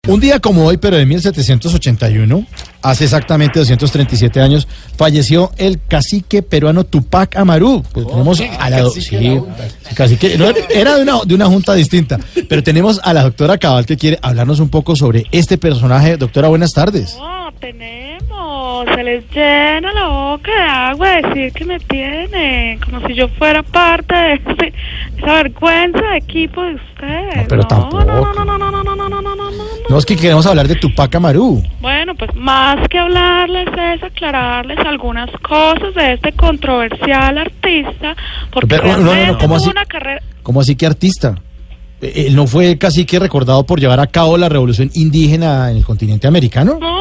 Un día como hoy, pero de 1781, hace exactamente 237 años, falleció el cacique peruano Tupac Amaru. Pues tenemos a la cacique, no, era de una junta distinta, pero tenemos a la doctora Cabal que quiere hablarnos un poco sobre este personaje. Doctora, buenas tardes. Se les llena la boca de agua de decir que me tienen, como si yo fuera parte de esa vergüenza de equipo de ustedes. No, pero tampoco. No, es que queremos hablar de Tupac Amaru. Bueno, pues más que hablarles es aclararles algunas cosas de este controversial artista, porque ¿cómo así? una carrera... ¿Cómo así que artista? ¿Él no fue cacique recordado por llevar a cabo la revolución indígena en el continente americano? No.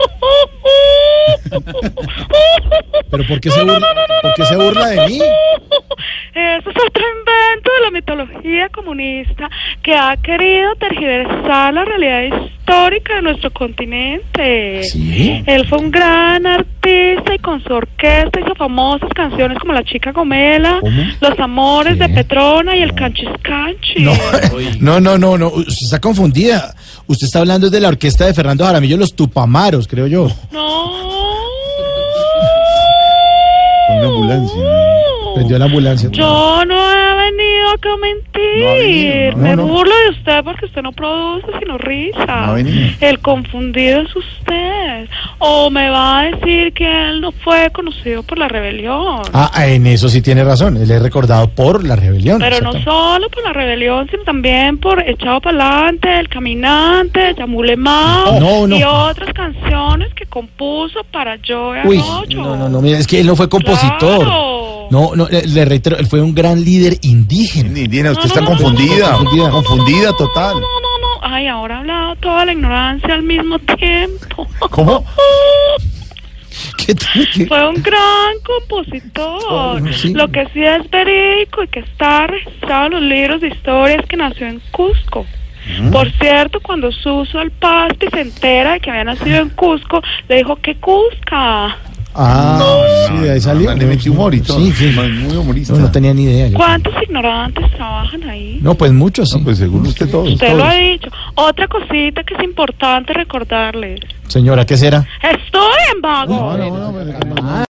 ¿Pero por qué se burla de mí? Eso es otro invento de la mitología comunista que ha querido tergiversar la realidad histórica de nuestro continente. ¿Sí? Él fue un gran artista y con su orquesta hizo famosas canciones como La Chica Gomela, ¿Cómo? Los Amores ¿Sí? de Petrona y El Canchis Canchis. No, usted está confundida. Usted está hablando de la orquesta de Fernando Jaramillo, los Tupamaros, creo yo. No. Una ambulancia. Prendió la ambulancia. Yo no he venido acá a mentir. No, Me no. burlo de usted porque usted no produce sino risa. No ha venido. El confundido es usted. O me va a decir que él no fue conocido por la rebelión. En eso sí tiene razón. Él es recordado por la rebelión. Pero no solo por la rebelión, sino también por Echado Pa'lante, El Caminante, Yamulemao No. y otras canciones que compuso para Joe Uy, Arroyo. no, mira, es que él no fue compositor. Claro. No, le reitero, él fue un gran líder indígena. Indígena, usted No, está no, confundida. no. Confundida total. No. Ay, ahora ha hablado toda la ignorancia al mismo tiempo. ¿Cómo? ¿Qué tal? Fue un gran compositor. Sí. Lo que sí es verídico y que está registrado en los libros de historia es que nació en Cusco. Por cierto, cuando Suso el Pasti se entera de que había nacido en Cusco, le dijo que Cusca. Sí, de ahí salió. Le metí humor y todo. Sí. Muy humorista. No tenía ni idea. ¿Cuántos ignorantes trabajan ahí? No, pues muchos, sí. No, pues según usted todos. Usted lo ha dicho. Otra cosita que es importante recordarles. Señora, ¿qué será? Estoy en vago. No.